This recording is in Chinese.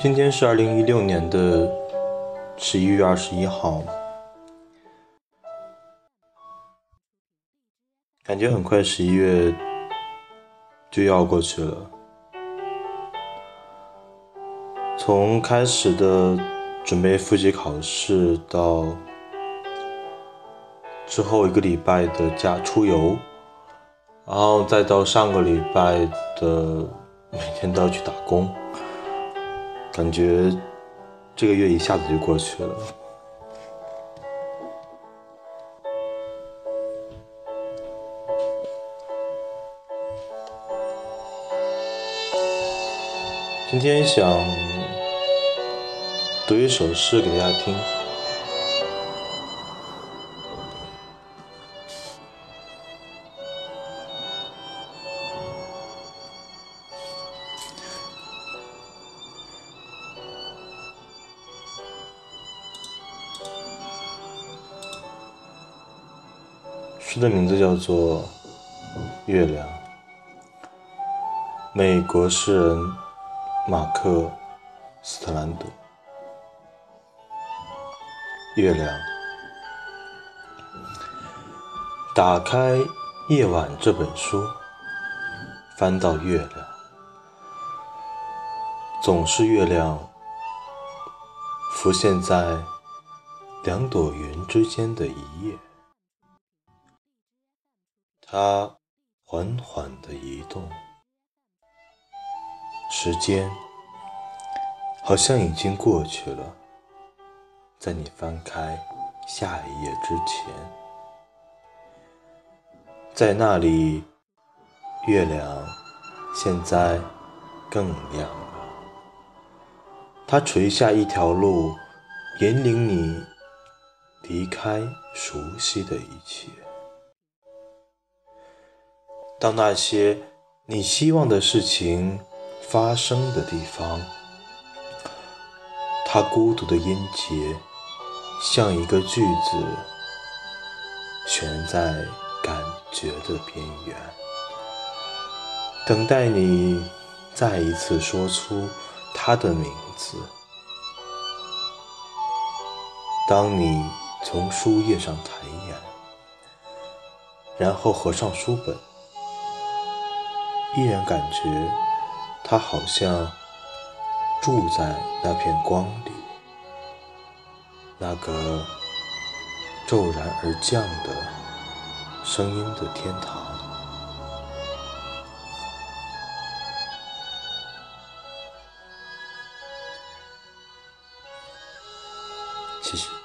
今天是2016年的11月21号，感觉很快11月就要过去了。从开始的准备复习考试，到之后1个礼拜的出游，然后再到上个礼拜的每天都要去打工，感觉这个月一下子就过去了。今天想读一首诗给大家听。诗的名字叫做《月亮》，美国诗人马克·斯特兰德。月亮，打开《夜晚》这本书，翻到月亮，总是月亮浮现在2朵云之间的一夜，它缓缓地移动，时间好像已经过去了，在你翻开下一页之前，在那里，月亮现在更亮了，它垂下一条路，引领你离开熟悉的一切，到那些你希望的事情发生的地方。它孤独的音节像一个句子，悬在感觉的边缘，等待你再一次说出它的名字。当你从书页上抬眼，然后合上书本，依然感觉它好像住在那片光里，那个骤然而降的声音的天堂。谢谢。